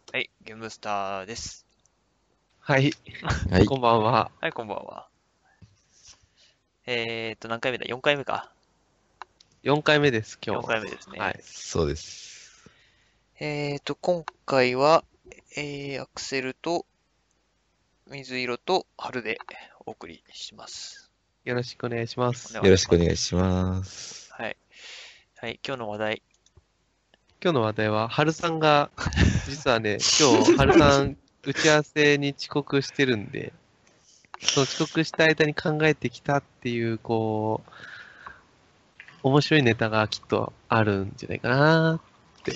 はい、ゲームスターです。 はい、 はい。 こんばんは。 はい、こんばんは。何回目だ？ 4 回目か。 4回目です、今 4 日は。 回目ですね。 はい。 そうです。 今回は、アクセルと水色と春でお送りします。 よろしくお願いします。 お願いよろしくおします。 願いします。 はい。はい、今日の話題。 今日の話題は、春さんが、実はね、今日、春さん、打ち合わせに遅刻してるんで、その遅刻した間に考えてきたっていう、面白いネタがきっとあるんじゃないかなって。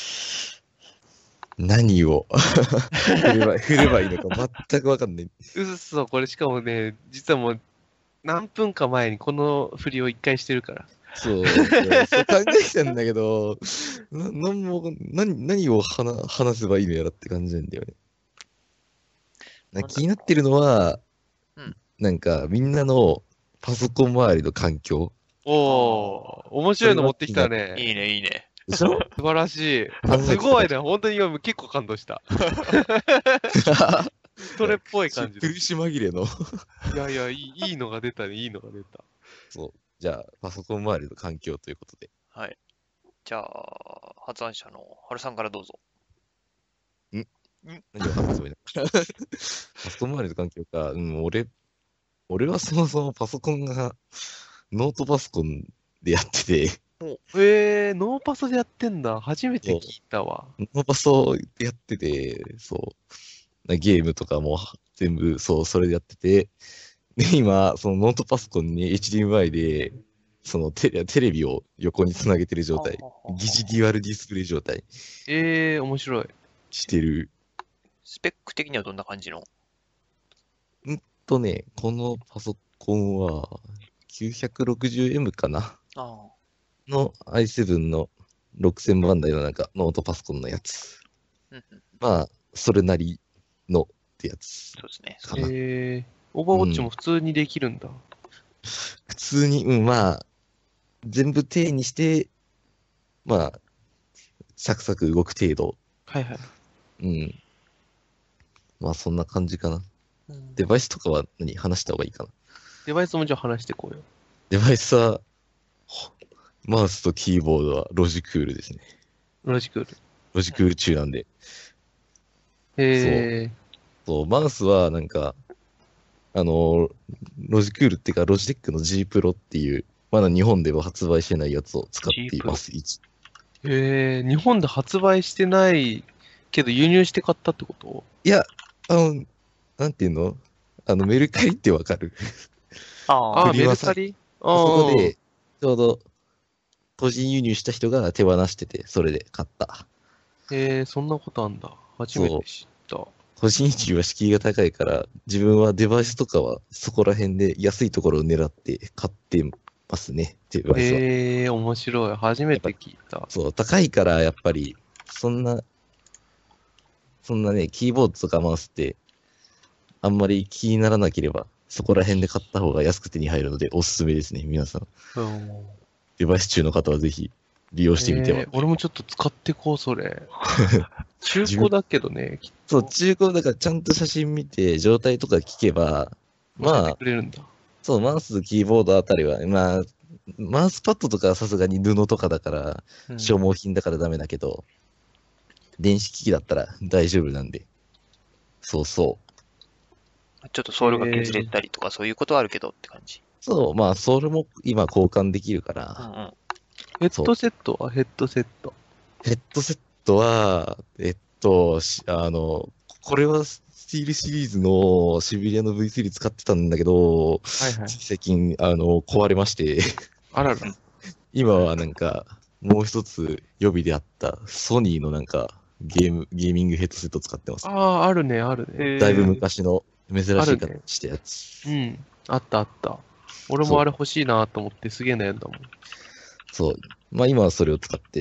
何を振ればいいのか全くわかんない。 うっそ、これしかもね、実はもう何分か前にこの振りを一回してるから。 そう考えてたんだけど、なんも、何を話せばいいのやらって感じなんだよね。 なんだろ気になってるのは、 う。うん。 なんかみんなのパソコン周りの環境。 おー、 あ面それ白いの持ってきは気になって。 たね。 いいね、いいね。 でしょ？ 素晴らしい。 考えてたでしすごいね。本当に今結構感動した。 ょ？ それっぽい感じだ。 苦し紛れの。 いやいや、いいのが出たね。いいのが出た。 そう。じゃあ、パソコン周りの環境ということで。 はい。じゃあ、発案者の春さんからどうぞ。 んん何を話せばいいの？パソコン周りの環境か。俺はそもそもパソコンがノートパソコンでやってて、 お、 ノーパソでやってんだ。初めて聞そいたわ。 ノーパソでやってて、ゲームとかも全部、それでやってて、で、今、そのノートパソコンに HDMI で、そのテレビを横につなげてる状態。 ははは疑似は。 デュアルディスプレイ状態面白い。 してる。 スペック的にはどんな感じの？ このパソコンは 960M かなああ、 の i7 の6000番台のなんかノートパソコンのやつ。 うんうん、 まあ、それなりのってやつそうですね。 かな。 オーバーウォッチもうん。 普通にできるんだ。 普通に、まあ、全部手にして、まあ、サクサク動く程度。 はいはい。 うん。まあ、そんな感じかな。 うん、 デバイスとかは話した方がいいかな。 デバイスもじゃあ話していこうよ。 デバイスは、マウスとキーボードはロジクールですね。 ロジクール。 ロジクール中なんで。そう。 えマウスはなんか、あの、ロジクールっていうか、ロジテックの G プロっていう、まだ日本では発売してないやつを使っ G プロ。 ています。 日本で発売してないけど輸入して買ったってこと？ いや、あの、なんていうの？メルカリってわかる？ ああ、 ああ、メフリマサイルカリ。 ト、そこああ。 で、ちょうど個人輸入した人が手放してて、それで買った。 そんなことあんだ。初めてそう。 知った。 個人輸入は敷居が高いから、自分はデバイスとかはそこら辺で安いところを狙って買ってますね、デバイスは。 面白い。初めやっぱ、 て聞いた。 そう、高いからやっぱり、そんなね、キーボードとかマウスって、あんまり気にならなければ、そこら辺で買った方が安く手に入るので、おすすめですね、皆さん。 うん。 デバイス中の方はぜひ利用してみては。 俺もちょっと使ってこう、それ。中自分、 古だけどね、きっそう、 と。 中古だからちゃんと写真見て、状態とか聞けば、 教えてまあ、 くれるんだ。 そう、マウス、キーボードあたりは、まあ、マウスパッドとかはさすがに布とかだから、 うん。 消耗品だからダメだけど、電子機器だったら大丈夫なんで。そうそう。 ちょっとソールが削れたりとかそういうことはあるけどって感じ。 そう、まあ、それも今交換できるから、 うんうん。 ヘッそう。 ドセットはヘッドセット。 ヘッドセットは、これはスティールシリーズのシビリアの V3 使ってたんだけど、 はいはい。 つい最近、壊れまして、 あらら。 今はなんか、もう一つ予備であったソニーのなんか、ゲーミングヘッドセット使ってます。 ああ、あるね、あるね。 だいぶへえ。 昔の珍しい形あるね。 したやつ。 うん。あったあった。俺そう、 もあれ欲しいなと思ってすげえ悩んだもん。 そう。まあ今はそれを使って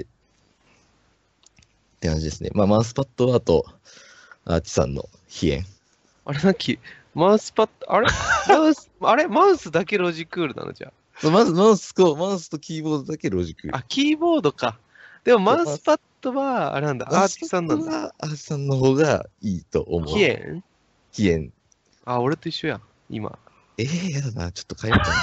って感じですね。まあマウスパッドはあと、アーチさんの飛燕。 あれ、マウスパッド、マウスだけロジクールなのじゃまずマウスとキーボードだけロジクール。 あ。キーボードか。 でもマウスパッドは、あれなんだ、アーティさんなんだ。 アーティさんの方がいいと思う。 キエンキエン。 あ、俺と一緒やん、今。 やだな。ちょっと変えようかな。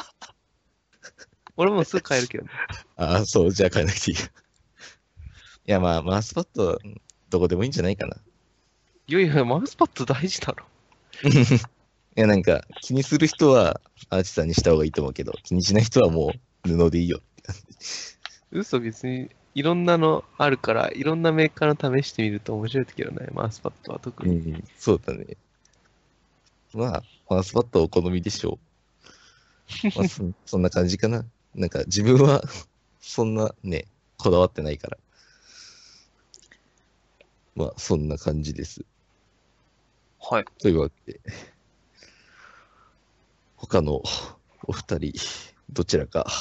俺もすぐ変えるけどね。 そう、じゃあ変えなくていいや。いや、まあ、マウスパッド、どこでもいいんじゃないかな。 いやいや、マウスパッド大事だろ。 いや、なんか、気にする人は、アーティさんにした方がいいと思うけど、気にしない人はもう、布でいいよ。 嘘、別に、いろんなのあるから、いろんなメーカーの試してみると面白いけどね、マウスパッドは特に。 そうだね。まあ、マウスパッドお好みでしょう。まあ、そんな感じかな。なんか、自分は、そんなね、こだわってないから。まあ、そんな感じです。 はい。 というわけで、他のお二人、どちらか。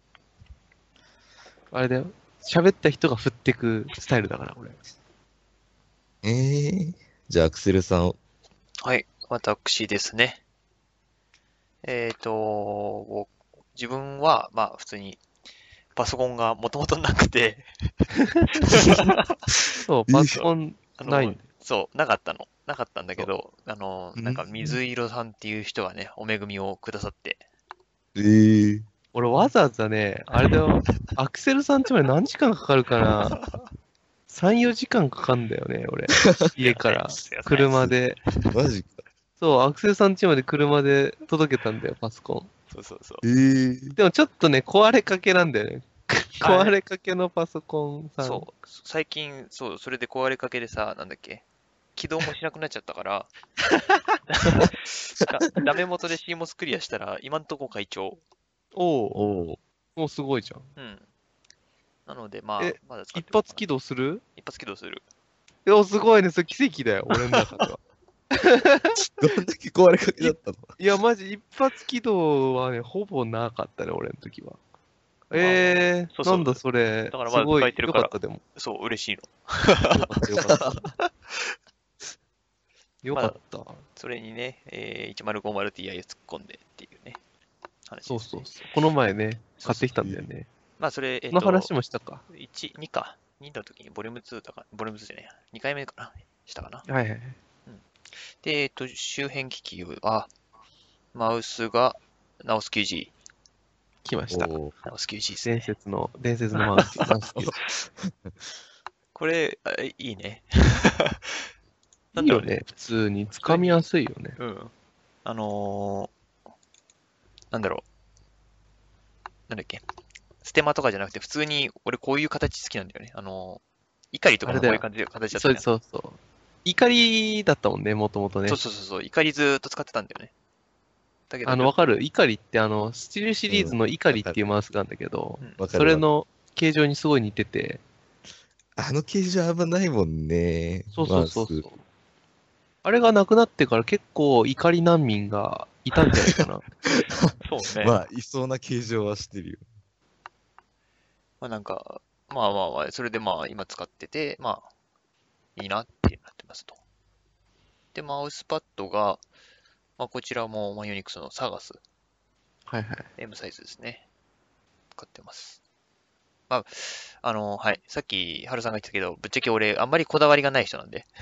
あれだよ。喋った人が振ってくスタイルだから、俺。 じゃあ、アクセルさん、 はい。私ですね。自分は、まあ、普通に、パソコンがもともとなくて、 そう、パソコンないんだよ。 そう、なかったんだけど、なんか水色さんっていう人がね、お恵みをくださって、 俺わざわざね、あれだよ、アクセルさんちまで何時間かかるかな。3、4時間かかんだよね、俺。家から、車で。 マジか。 そう、アクセルさんちまで車で届けたんだよ、パソコン。 そうそうそう。 でもちょっとね、壊れかけなんだよね。 あ壊れかけのパソコンさん。 そう、最近、そう、それで壊れかけでさ、なんだっけ、起動もしなくなっちゃったから、ダメ元で CMOS クリアしたら、今んとこ快調。 おう、 おもうすごいじゃん。 うん。なので、まあえ、 まだ使って一発起動する？ 一発起動する。 いや、すごいね、それ奇跡だよ、俺の中では。 どんだけ壊れかけだったの？ いや、マジ一発起動はね、ほぼなかったね、俺の時は。 そうそうなんだそれ。 だからまだすごい使えてるからよかった、でも。 そう、嬉しいの。 よかった、よかった。よかった。 それにね、1050Ti 突っ込んでっていうね、話です、ね。 そうそうそう。この前ね、買ってきたんだよね。 まあ、それ、 その話もしたか。 1、2か。2の時にボリューム2だか、ボリューム2じゃないや。2回目かなしたかな。 はいはい。 で、周辺機器は、マウスが、ナオス 9G。 来ました。 ナオス 9G ですね。 伝説のマウス。 これ、いいね。 いいよね、普通に。掴みやすいよね。 うん。なんだろう。なんだっけ。ステマとかじゃなくて、普通に、俺こういう形好きなんだよね。怒りとかもこういう感じで形だったね。 そう。怒りだったもんね、もともとね。 そう。怒りずーっと使ってたんだよね。だけど、 わかる？怒りってスチールシリーズの怒りっていうマウスがあるんだけど、それの形状にすごい似てて。 あの形状あんまないもんね。 そう。あれがなくなってから結構怒り難民がいたんじゃないかな。 そうね。 まあ、いそうな形状はしてるよ。 まあなんか、まあ、それでまあ今使ってて、まあ、いいなってなってますと。で、マウスパッドが、まあこちらもマイオニクスのサガス。 はいはい。 M サイズですね。使ってます。まあ、はい。さっき、ハルさんが言ってたけど、ぶっちゃけ俺、あんまりこだわりがない人なんで。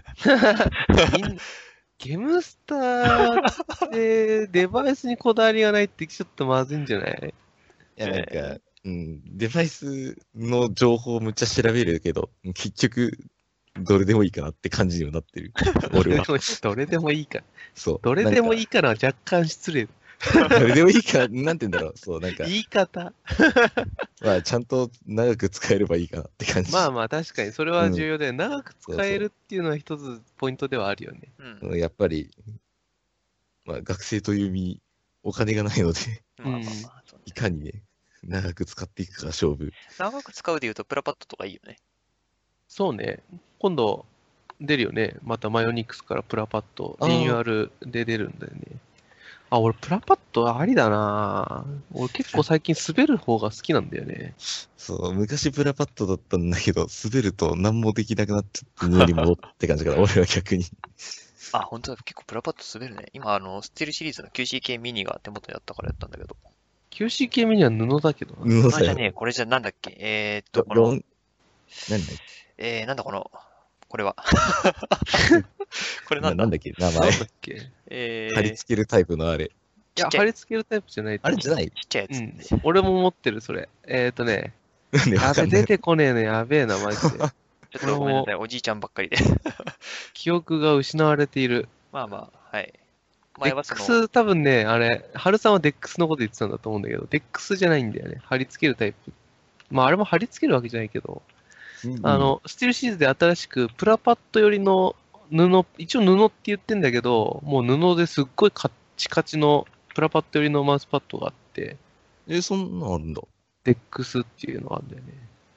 ゲームスターってデバイスにこだわりがないってちょっとまずいんじゃない？ いや、なんか、デバイスの情報をむっちゃ調べるけど、結局、どれでもいいかなって感じにはなってる。俺は。 どれでもいいか。 そう。 どれでもいいかなは若干失礼。 どれでもいいか、なんて言うんだろう。そう、なんか、 言い方。 まあ、ちゃんと長く使えればいいかなって感じ。 まあ確かにそれは重要で、長く使えるっていうのは一つポイントではあるよね。 やっぱり、まあ、学生という身、お金がないので、いかにね、長く使っていくか勝負。 長く使うで言うと、プラパッドとかいいよね。 そうね。今度、出るよね。またマイオニクスからプラパッド、リニューアルで出るんだよね。俺、プラパッドありだな俺結構最近滑る方が好きなんだよね。 そう、昔プラパッドだったんだけど、滑ると何もできなくなっちゃって、無理戻って感じかな、俺は逆に。 あ、本当だ、結構プラパッド滑るね。今、スティルシリーズの QCK ミニが手元にあったからやったんだけど。 QCK ミニは布だけど布だよ。 じゃねえ、これじゃなんだっけなんだっなんだこれは。これなんだなんだっけ名前。 なんだっけ。 貼り付けるタイプのあれ。 いや、 ちっちゃい貼り付けるタイプじゃないと思う。 あれじゃないちっちゃいやつ。 うん。俺も持ってる、それ。 なんでやべ、 わかんない出てこねえのやべえな、マジで。 ちょっとごめんなさい、おじいちゃんばっかりで。 記憶が失われている。 まあまあ、はい。前はその、 DEX、多分ね、あれ、ハルさんは DEX のこと言ってたんだと思うんだけど、DEX じゃないんだよね。貼り付けるタイプ。まあ、あれも貼り付けるわけじゃないけど、 うんスティールシリーズで新しく、プラパッド寄りの布、一応布って言ってんだけど、もう布ですっごいカッチカチのプラパッド寄りのマウスパッドがあって、 そんなんあるんだ。 DEX っていうのがあるんだよね。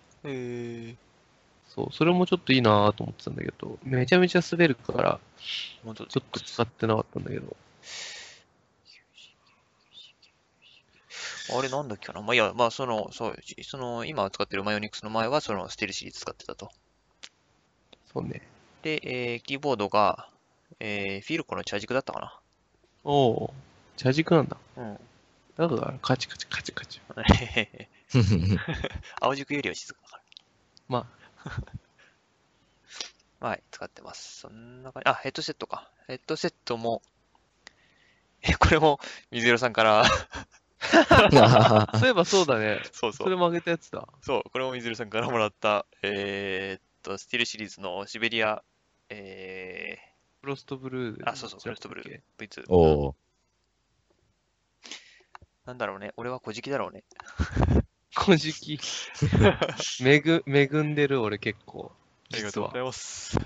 そう、それもちょっといいなぁと思ってたんだけど、めちゃめちゃ滑るから、 本当ちょっと使ってなかったんだけど。 あれなんだっけな。まあ、いや、まあ、今使ってるマヨニクスの前は、ステルシリーズ使ってたと。 そうね。 で、キーボードが、フィルコのチャージクだったかおお、茶軸なんだ。 な。うん。 だからカチカチカチカチ。 青軸よりは静かだかまら。はい、使ってます。そんな感じ。あ、ヘッドセットか。ヘッドセットも、これも、水色さんからあ、そういえばそうだね。 そうそう。 それもあげたやつだ。 そう、これも水色さんからもらった、スティルシリーズのシベリア、 フロストブルーで。 そうそう、フロストブルー V2。 おー。 なんだろうね。俺は小じきだろうね。 古事記。恵んでる俺結構。実は。 います。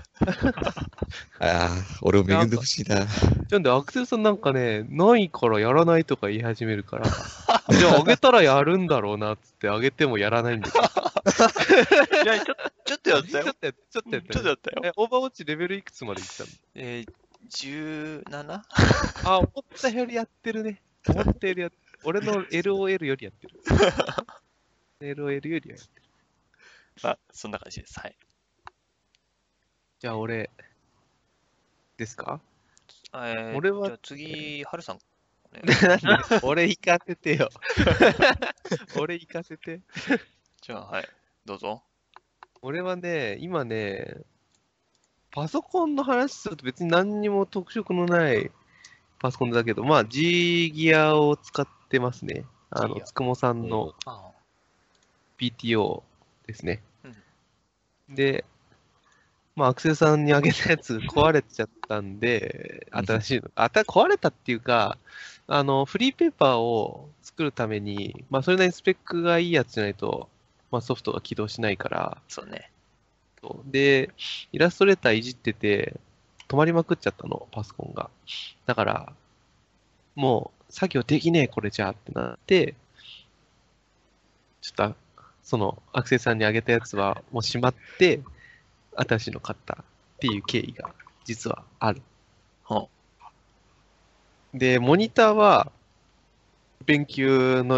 俺を恵んでほしいな。 なんでアクセルさんなんかね、ないからやらないとか言い始めるから、じゃああげたらやるんだろうなっつってあげてもやらないんだけど。 いや、ちょっとやったよ。 ちょっとやったよ。 ちょっとやったよ。 オーバーウォッチレベルいくつまでいったの？ 17? あ、思ったよりやってるね。思ったより俺の LOL よりやってる。LOL よりはやってる。 そんな感じです。はい。 じゃあ俺、ですか？ 俺俺はじゃあ次、はるさん。 なんで俺行かせてよ。俺行かせて。 じゃあ、はい。どうぞ。 俺はね、今ね、パソコンの話すると別に何にも特色のないパソコンだけど、まあ G ギアを使ってますね。 G ギアつくもさんのあ PTO ですね。 うんで、まあアクセルさんにあげたやつ壊れちゃったんで、新しいの。壊れたっていうか、フリーペーパーを作るために、まあそれなりにスペックがいいやつじゃないと、まあソフトが起動しないから、 そうね。 そうで、イラストレーターいじってて、止まりまくっちゃったの、パソコンが。だから、もう作業できねえ、これじゃあってなって、ちょっと、アクセルさんにあげたやつはもうしまって、新しいの買ったっていう経緯が実はある。 はで、モニターは、勉強の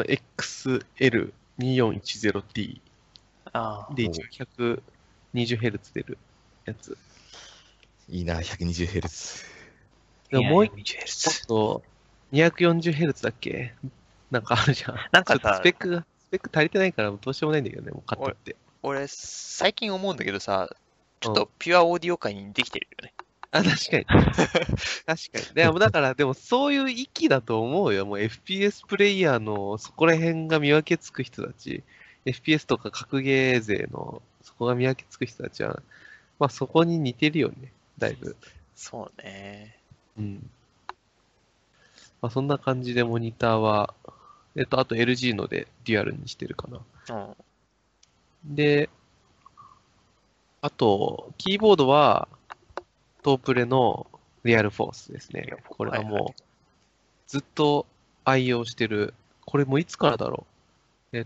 XL2410T あで一応 120Hz 出るやつ。 いいな、120Hz。 でももう一 120Hz。 個、240Hz だっけなんかあるじゃん。 なんかさちょっとスペック足りてないからどうしようもないんだけどね、もう買ったって。 俺、最近思うんだけどさ、ちょっうんとピュアオーディオ界にできてるよね。 あ、確かに。確かに。でもそういう域だと思うよ。もう FPS プレイヤーのそこら辺が見分けつく人たち、FPS とか格ゲー勢のそこが見分けつく人たちは、まあそこに似てるよね。だいぶ。 そうね。 うん。まあそんな感じでモニターは、あと LG のでデュアルにしてるかな。で、あと、キーボードは、トープレのリアルフォースですね。これははいはもう、ずっと愛用してる。これもいつからだろう。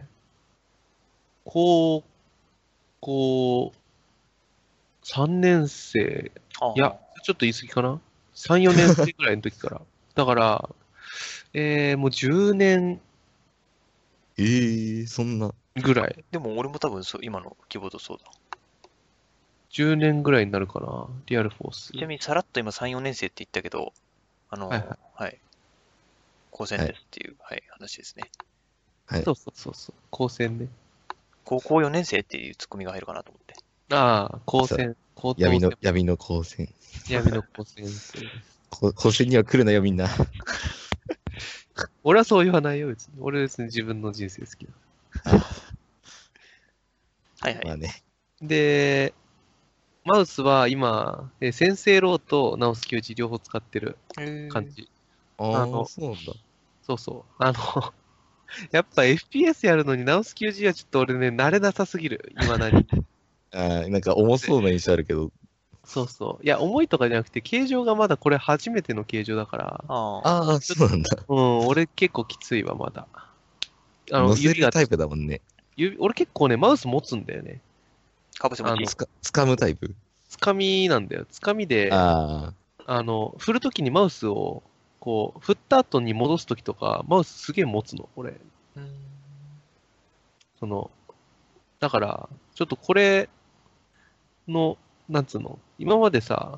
高校3年生、 あいや、ちょっと言い過ぎかな？ 3、4年生ぐらいの時から。だから、もう10年そんな。 ぐらい。 でも俺も多分今のキーボードそうだ。 10年ぐらいになるかな。リアルフォース。 ちなみにさらっと今3、4年生って言ったけど、 はいはいはい。高専ですっていう、はい、話ですね。 はい。 そう。高専ね。 高校4年生っていうツッコミが入るかなと思って。 ああ、高専、高等専、 闇の光線。 闇の高専生。 光線には来るなよ、みんな。 俺はそう言わないよ、別に。俺は別に自分の人生好きだ。 はいはい。 まあね。 で、マウスは今、先生ローとナオス90両方使ってる感じ。 ああ、 のそうなんだ。 そうそう。やっぱ FPS やるのにナオス90はちょっと俺ね、慣れなさすぎる。未だに。 ああ、なんか重そうな印象あるけど。 そうそう。いや、重いとかじゃなくて、形状がまだこれ初めての形状だから、 ああ。 ああ、そうなんだ。 うん、俺結構きついわ、まだ。 乗せ指が、 るタイプだもんね。 俺結構ね、マウス持つんだよね。 かぶせ持ち。 掴むタイプ。 つかみなんだよ。つかみで、 あ振るときにマウスを、こう、振った後に戻すときとか、マウスすげえ持つの、俺。 うん。 その、だから、ちょっとこれの、なんつうの、今までさ、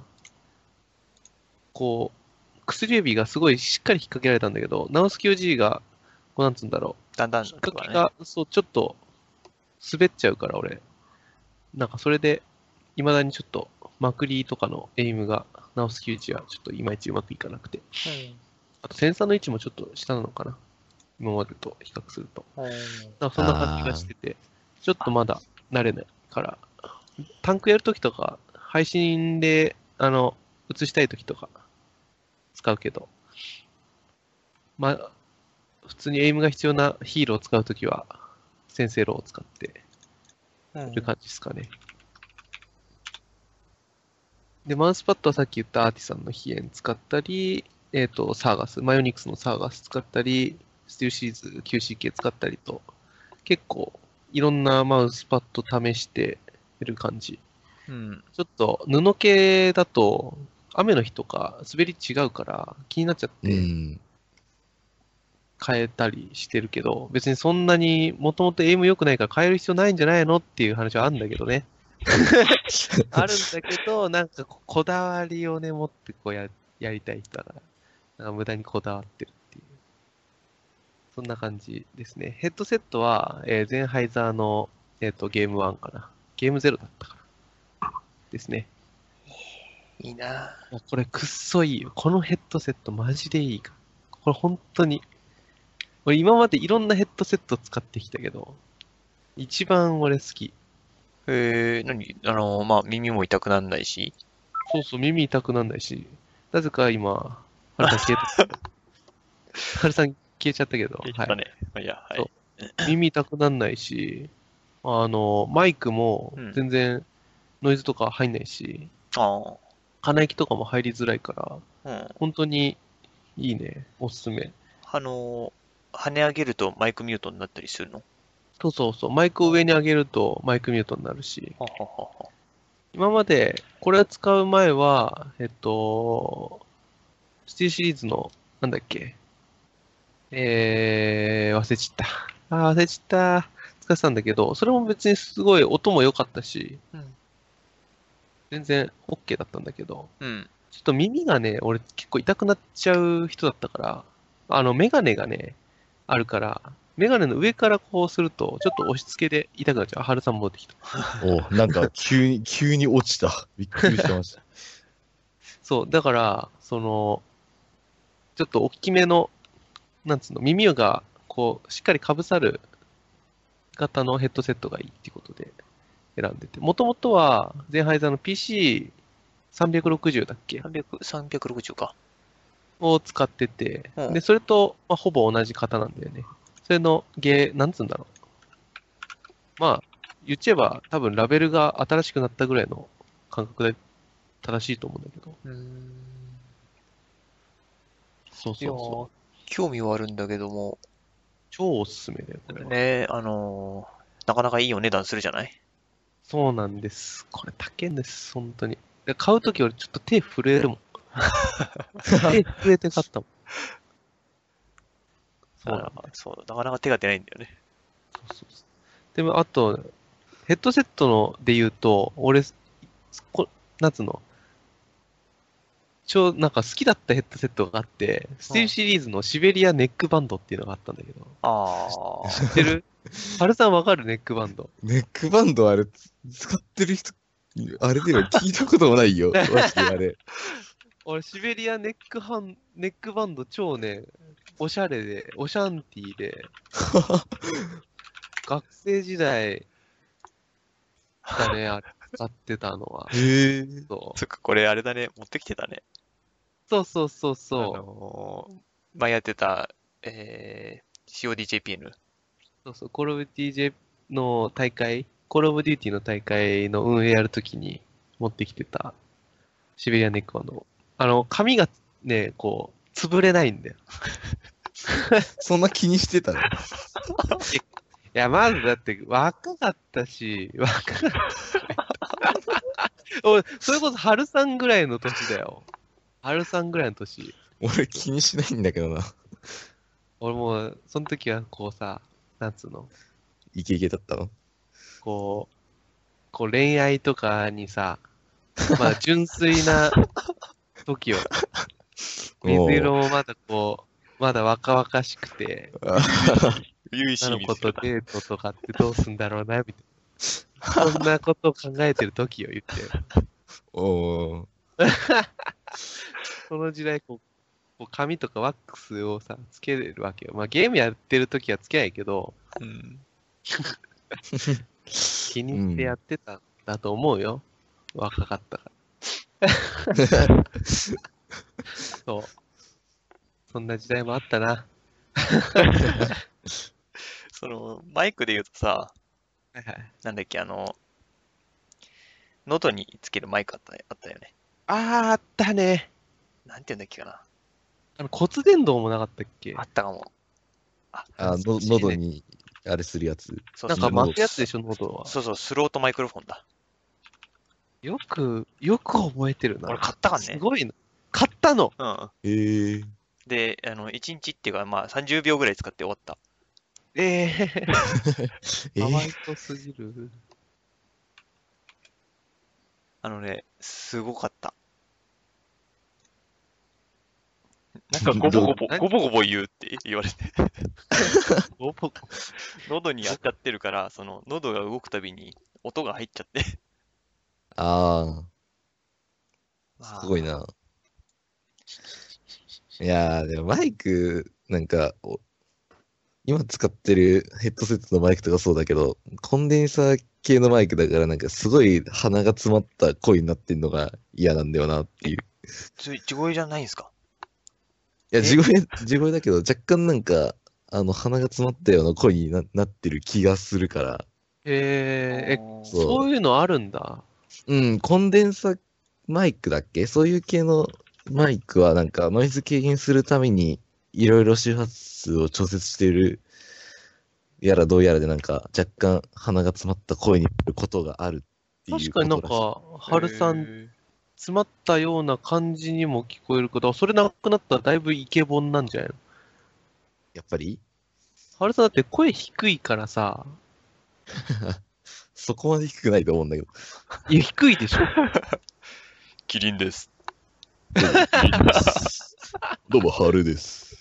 こう、薬指がすごいしっかり引っ掛けられたんだけど、ナウス 9G が、こうなんつうんだろだんだんう、引っとかね。 掛けが、そう、ちょっと滑っちゃうから、俺。なんかそれで、未だにちょっと、まくりとかのエイムが、ナウス 9G はちょっといまいちうまくいかなくて。あと、センサーの位置もちょっと下なのかな。今までと比較すると。 うん。 なんかそんな感じがしてて、ちょっとまだ慣れないから、タンクやるときとか、配信で、映したいときとか、使うけど、まあ、普通にエイムが必要なヒーローを使うときは、先生ローを使ってうんる感じですかね。で、マウスパッドはさっき言ったアーティさんの飛燕使ったり、サーガス、マヨニクスのサーガス使ったり、スティールシリーズ QCK 使ったりと、結構いろんなマウスパッド試してる感じ。 うん。 ちょっと布系だと雨の日とか滑り違うから気になっちゃっうてん。 変えたりしてるけど、別にそんなにもともとエイム良くないから変える必要ないんじゃないのっていう話はあるんだけどね。あるんだけど、なんかこだわりをね、持ってやりたい人だから、なんか無駄にこだわってるっていう。そんな感じですね。ヘッドセットは、ゼンハイザーの、ゲーム1かな。ゲーム0だったかな。ですね。 いいな。 いやこれくっそいいよ。このヘッドセットマジでいいから。これ本当に。俺今までいろんなヘッドセット使ってきたけど、一番俺好き。 まあ、耳も痛くならないし。 そうそう、耳痛くなんないし。なぜか今、ハルさん消えた。ハルさん消えちゃったけど、はい。 ね。まあいや、はそい。 耳痛くなんないし、マイクもうん全然ノイズとか入んないし、 あ鼻息とかも入りづらいから、 あ。うん。 本当にいいね。おすすめ。 跳ね上げるとマイクミュートになったりするの？ そうそうそう。マイクを上に上げるとマイクミュートになるし、 はははは。 今までこれを使う前は、スティールシリーズの、なんだっけ、忘れちった。忘れちった。使ってたんだけど、それも別にすごい音も良かったし、 うん全然 OK だったんだけど、 うん。 ちょっと耳がね、俺結構痛くなっちゃう人だったから、メガネがね、あるから、メガネの上からこうすると、ちょっと押し付けで痛くなっちゃう。春さん戻ってきた。 なんか急に落ちた。びっくりしてました。 そう、だから、ちょっと大きめの、なんつうの、耳が、こう、しっかりかぶさる型のヘッドセットがいいっていうことで選んでて。もともとは、ゼンハイザーの PC360 だっけ 300、360か。 を使ってて、 うんで、それと、まあ、ほぼ同じ型なんだよね。それのなんつうんだろう。まあ、言っちゃえば、多分ラベルが新しくなったぐらいの感覚で正しいと思うんだけど。そういやそうそう。 ー、興味はあるんだけども、 超おすすめだよ、これは。 ね、なかなかいいお値段するじゃない？ そうなんです。これ高いんです、本当に。で買うとき俺ちょっと手震えるもん。手震えて買ったもん。そうなんだよ。 そう、なかなか手が出ないんだよね。 そうそうそう。でも、あと、ヘッドセットので言うと、俺、なんつうの、 なんか好きだったヘッドセットがあって、スティールシリーズのシベリアネックバンドっていうのがあったんだけど、 あ知ってる？ハルさんわかる？ネックバンド。 ネックバンドあれ、使ってる人、あれでは聞いたこともないよ。マジであれ。 俺、シベリアネックバンド超ね、おしゃれで、オシャンティーで、学生時代だね、あれ使ってたのは。 へえ。 そうそっか、これあれだね。持ってきてたね。 そうそうそうあそう。 前やってた、CODJPN。 そうそう、コールオブデューティーの大会、コールオブデューティーの大会の運営やるときに持ってきてたシベリアネックバンド。紙がね、こう、潰れないんだよ。 そんな気にしてたの？ いや、まずだって若かったし、俺、それこそ春さんぐらいの年だよ。春さんぐらいの年。 俺気にしないんだけどな。 俺もう、その時はこうさ、なんつうの、 イケイケだったの？ ここう恋愛とかにさ、まあ純粋な時よ。水色もまだこう、まだ若々しくて、 あ優女の子とデートとかってどうすんだろうな、みたいな。そんなことを考えてる時よ、言って。 おー。 その時代こう髪とかワックスをさ、つけれるわけよ。まあゲームやってる時はつけないけど、 うん。 気にしてやってたんだと思うよ。若かったから。そう。そんな時代もあったな。 マイクで言うとさ、 はいはい。 なんだっけ、喉につけるマイクあったよね。 あったね。 なんて言うんだっけかな。 骨伝導もなかったっけ？ あったかも。 喉に、あれするやつ。 なんかそうそう。 巻くやつでしょ、喉は。 そうそう、スロートマイクロフォンだ。 よく覚えてるな。 俺買ったかんねすごいな。買ったの。 うん。 へえ。 で、1日っていうか、まあ30秒ぐらい使って終わった。 ええかわいー、 そうすぎる。 すごかった。なんかゴボゴボ、 何ゴボゴボ言うって言われて。 おぼ喉に当たってるから、喉が動くたびに音が入っちゃって。 ああ、 まあすごいな。いやー、でもマイク、なんか、今使ってるヘッドセットのマイクとかそうだけど、コンデンサー系のマイクだからなんかすごい鼻が詰まった声になってんのが嫌なんだよなっていう。 地声じゃないんすか？ いや、地声だけど若干なんか、鼻が詰まったような声になってる気がするから。 そうそういうのあるんだ。 うん、コンデンサマイクだっけ？そういう系のマイクはなんかノイズ軽減するためにいろいろ周波数を調節しているやらどうやらでなんか若干鼻が詰まった声になることがあるっていう確かになんことらしい。 か、春さん、詰まったような感じにも聞こえるけど、それなくなったらだいぶイケボンなんじゃないの？ やっぱり春さんだって声低いからさ、 そこまで低くないと思うんだけど。 いや、低いでしょ。 キリンです。 どうも、春です。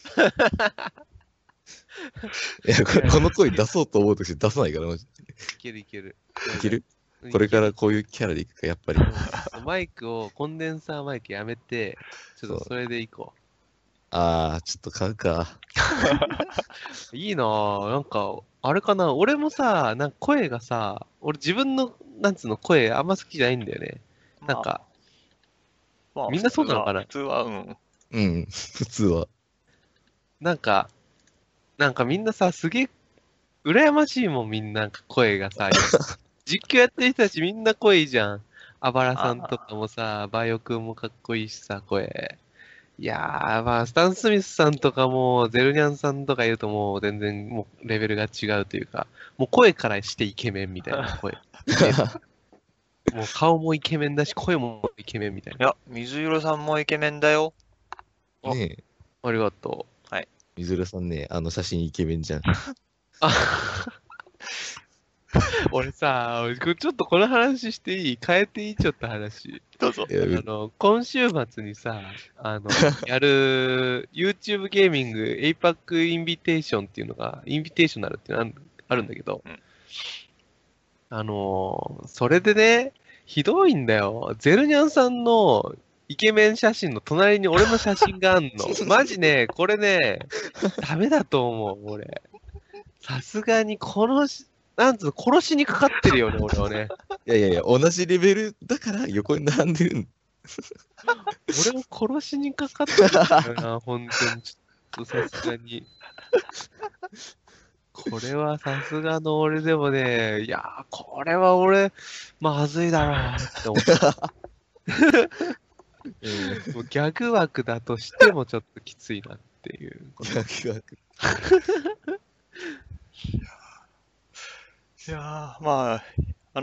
いや、この声出そうと思うとして出さないから、マジで。 いけるいける。 いける？ いこれからこういうキャラでいくか、やっぱり。 マイクを、コンデンサーマイクやめて、ちょっとそれでいこあー、ちょっと買うか。 う。いいなぁ。なんか、あれかな。俺もさ、なんか声がさ、俺自分の、なんつうの、声あんま好きじゃないんだよね。なんか、 まあみんなそうなのかな？ 普通は、うん。 うん、普通は。 なんかみんなさ、すげえ、羨ましいもん、みんな、なんか声がさ、実況やってる人たちみんな声いいじゃん。あばらさんとかもさ、バイオくんもかっこいいしさ、声。いやー、まあ、スタン・スミスさんとかも、ゼルニャンさんとか言うともう全然もうレベルが違うというか、もう声からしてイケメンみたいな声。もう顔もイケメンだし、声もイケメンみたいな。 いや、水色さんもイケメンだよ。 あねえ、 ありがとう。 水浦さんね、写真イケメンじゃん。 あ俺さ、ちょっとこの話していい？変えていい？ちょっと話。 どうぞ。 いや今週末にさ、やる YouTube ゲーミング APAC インビテーションっていうのが、インビテーショナルっていうのがあるんだけど、 うんそれでね、ひどいんだよ。ゼルニャンさんのイケメン写真の隣に俺の写真があんの。マジね、これね、ダメだと思う、俺。さすがに、なんつうの、殺しにかかってるよね、俺はね。 いやいやいや、同じレベルだから横に並んでるん。 俺も殺しにかかってるんだよな、本当に。ちょっとさすがに。これはさすがの俺でもね、いやー、これは俺、まずいだろうって思った。もうギャグ枠だとしてもちょっときついなっていうこと。 いやー、まあ、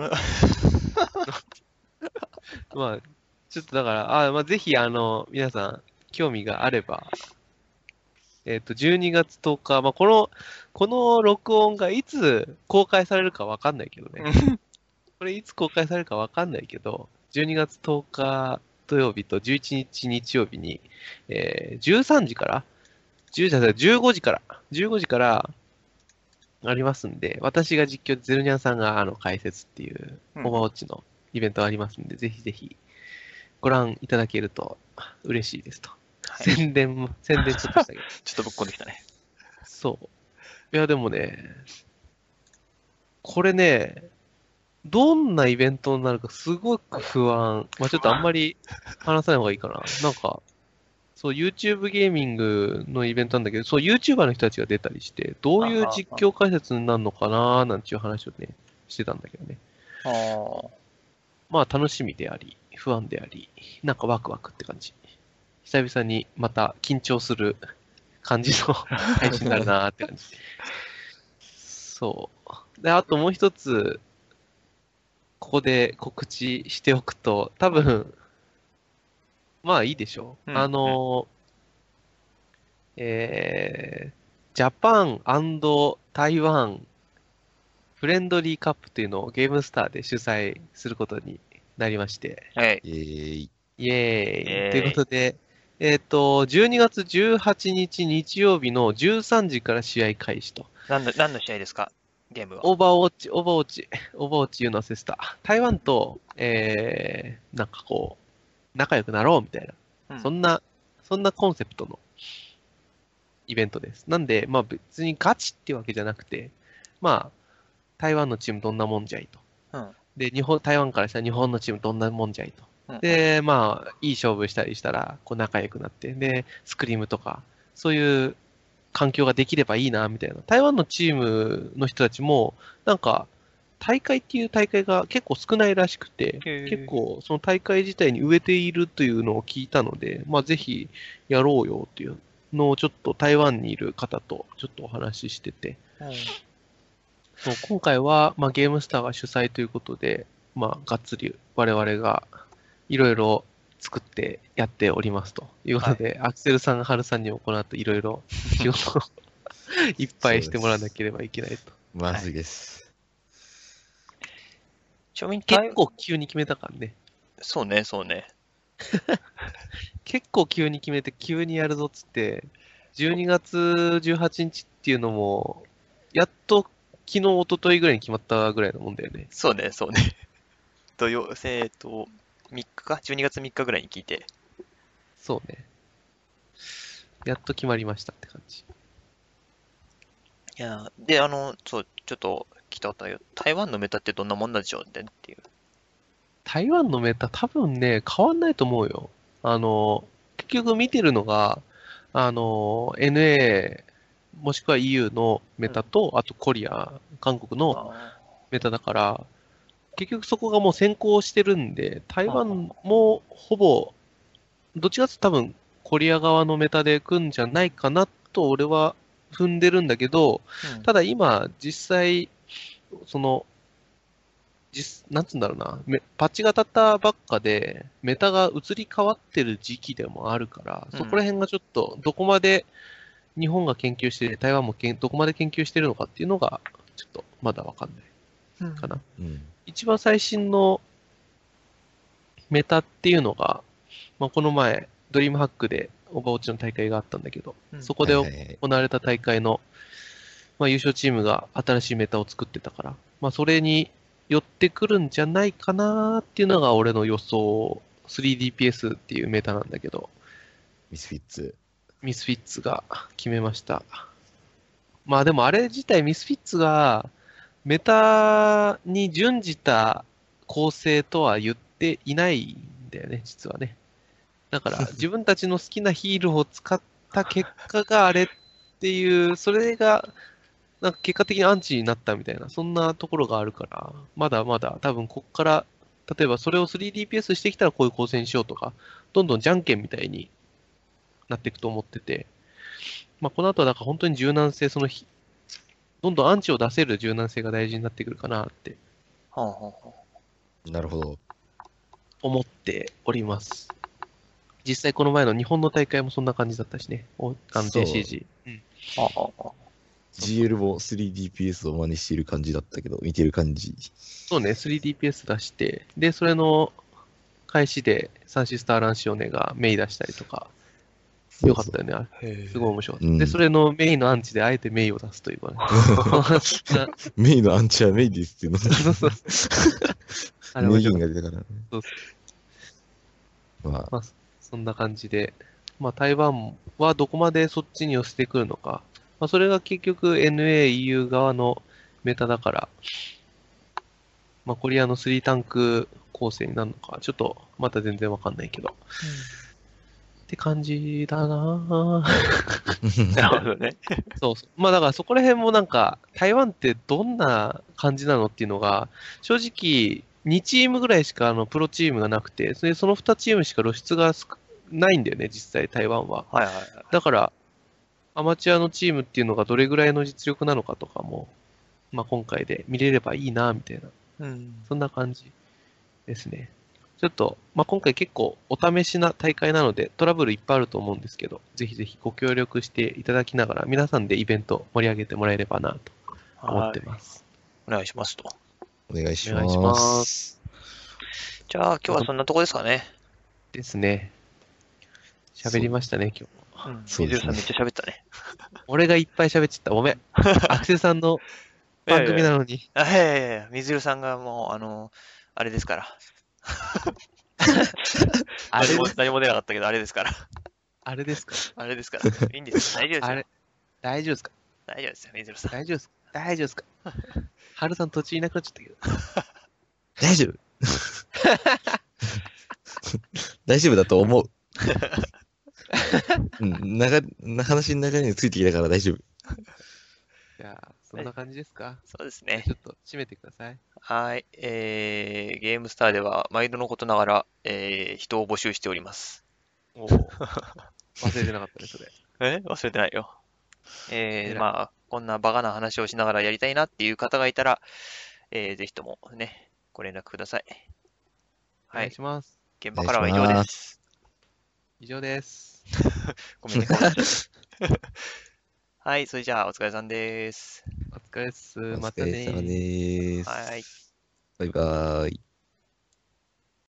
まあ、ちょっとだから、まあ、ぜひ、皆さん、興味があれば、12月10日、まあ、この録音がいつ公開されるかわかんないけどね。これいつ公開されるかわかんないけど、12月10日土曜日と11日日曜日に、13時から15時から、15時からありますんで、私が実況でゼルニャンさんが解説っていううんオーバーウォッチのイベントがありますんで、ぜひぜひご覧いただけると嬉しいですと。 はい、 宣伝ちょっとしたけど。 ちょっとぶっこんできたね。 そう。いや、でもね、これね、どんなイベントになるかすごく不安。まあちょっとあんまり話さない方がいいかな。なんか、そう、YouTube ゲーミングのイベントなんだけど、そう、YouTuber の人たちが出たりして、どういう実況解説になるのかなーなんていう話をね、してたんだけどね。 ああ、 まあ楽しみであり、不安であり、なんかワクワクって感じ。久々にまた緊張する感じの配信になるなーって感じ。そう。で、あともう一つ、ここで告知しておくと、多分、まあいいでしょう。 うんジャパン台湾フレンドリーカップというのをゲームスターで主催することになりまして、 はい。 イイエーイ。 イエーイということで、12月18日日曜日の13時から試合開始と。 何の試合ですか？ゲームは。 オーバーウォッチユーノセスタ。台湾と、なんかこう、仲良くなろうみたいな。 うんそんなコンセプトのイベントです。なんで、まあ別にガチってわけじゃなくて、まあ、台湾のチームどんなもんじゃいと。 うんで、台湾からしたら日本のチームどんなもんじゃいと。 うんで、まあ、いい勝負したりしたら、こう仲良くなって、で、スクリームとか、そういう環境ができればいいな、みたいな。台湾のチームの人たちも、なんか、大会っていう大会が結構少ないらしくて、 へー結構その大会自体に植えているというのを聞いたので、まあぜひやろうよっていうのをちょっと台湾にいる方とちょっとお話ししてて、そう今回は、まあ、ゲームスターが主催ということで、まあ、がっつり我々がいろいろ作ってやっておりますということで、アクセルさん、ハルさんにもこの後いろいろ仕事をいっぱいしてもらわなければいけないと。 まずいです。 ちなみに結構急に決めたからね。 そうね、そうね。 結構急に決めて急にやるぞっつって、12月18日っていうのも、やっと昨日、一昨日ぐらいに決まったぐらいのもんだよね。 そうね、そうね。3日か ?12 月3日ぐらいに聞いて。 そうね。やっと決まりましたって感じ。 いやー、で、そう、ちょっと聞いたことあるよ。台湾のメタってどんなもんなんでしょうねっていう。 台湾のメタ多分ね、変わんないと思うよ。結局見てるのが、NA、もしくは EU のメタと、あとコリア、韓国のあメタだから、結局そこがもう先行してるんで、台湾もほぼ、どっちかっていうと多分コリア側のメタで来るんじゃないかなと俺は踏んでるんだけど、 ーうんただ今、実際、その、なんつうんだろうな、パッチが当たったばっかで、メタが移り変わってる時期でもあるから、 うんそこら辺がちょっと、どこまで日本が研究して、台湾もどこまで研究してるのかっていうのが、ちょっとまだわかんない。 かな。 うん。 一番最新のメタっていうのが、まあ、この前、ドリームハックでオーバーウォッチの大会があったんだけど、 うんそこで行はいはいはい。 われた大会の、まあ、優勝チームが新しいメタを作ってたから、まあ、それに寄ってくるんじゃないかなっていうのが俺の予想。3DPS っていうメタなんだけど、 ミスフィッツ。 ミスフィッツが決めました。まあでもあれ自体ミスフィッツがメタに準じた構成とは言っていないんだよね、実はね。だから自分たちの好きなヒールを使った結果があれっていう、それがなんか結果的にアンチになったみたいな、そんなところがあるから、まだまだ多分こっから、例えばそれを 3DPS してきたらこういう構成にしようとか、どんどんじゃんけんみたいになっていくと思ってて、まあこの後はだから本当に柔軟性、どんどんアンチを出せる柔軟性が大事になってくるかなってはあはあはなるほど。 思っております。実際この前の日本の大会もそんな感じだったしね。 そう JCG。うん。 あ。はあはあはあ。 GL も 3DPS を真似している感じだったけど、見てる感じ。 そうね、3DPS 出して、で、それの開始でサンシスター・ランシオネがメイ出したりとか、よかったよね。あれへえ。 すごい面白かった。 うんで、それのメイのアンチであえてメイを出すというかね。 メイのアンチはメイですっていうの。 そうそうあれ名面白かっ言が出たからね。 そうまあ、 た。まあ、そんな感じで、まあ、台湾はどこまでそっちに寄せてくるのか。まあ、それが結局 NA、EU 側のメタだから、まあ、コリアの3タンク構成になるのか、ちょっとまた全然わかんないけど。って感じだなぁ。 なるほどね。 そうそう。まあだからそこら辺もなんか、台湾ってどんな感じなのっていうのが、正直、2チームぐらいしかプロチームがなくて、その2チームしか露出がないんだよね、実際台湾は。 はいはいはい。 だから、アマチュアのチームっていうのがどれぐらいの実力なのかとかも、まあ今回で見れればいいな、みたいな、 うん。 そんな感じですね。ちょっと、まあ、今回結構お試しな大会なのでトラブルいっぱいあると思うんですけど、ぜひぜひご協力していただきながら皆さんでイベント盛り上げてもらえればなと思ってます。 お願いしますと。 お願いしお願いしま。 ますじゃあ今日はそんなとこですかね。 ですね。喋りましたね、今日。 うん。 そうですね水野さんめっちゃ喋ったね。 俺がいっぱい喋っちゃった。ごめん。アクセルさんの番組なのに。 あ、いやいやいや、水野さんがもう、あれですから。 あれ何も出なかったけど、あれですから。 あれですかあれですから。いいんですよ。大丈夫ですよあれ。大丈夫ですか大丈夫ですよ、水野さん。 大丈夫ですか大丈夫ですか春さん途中いなくなっちゃったけど。 大丈夫大丈夫だと思う。うん、話の流れについてきたから大丈夫。 じゃあ、そんな感じですかそうですねち。ょっと締めてください。 はい。ゲームスターでは毎度のことながら、人を募集しております。 おー忘れてなかったね、それ。 忘れてないよ。 偉いまあ、こんなバカな話をしながらやりたいなっていう方がいたら、ぜひともね、ご連絡ください。はいお願い。します。 現場からは以上で。 お願いします以上です。 ごめんね、かぶっちゃってはい、それじゃあお疲れさんです。 お疲れっす。 おまたね疲れ様です。 はい。 バイバーイ。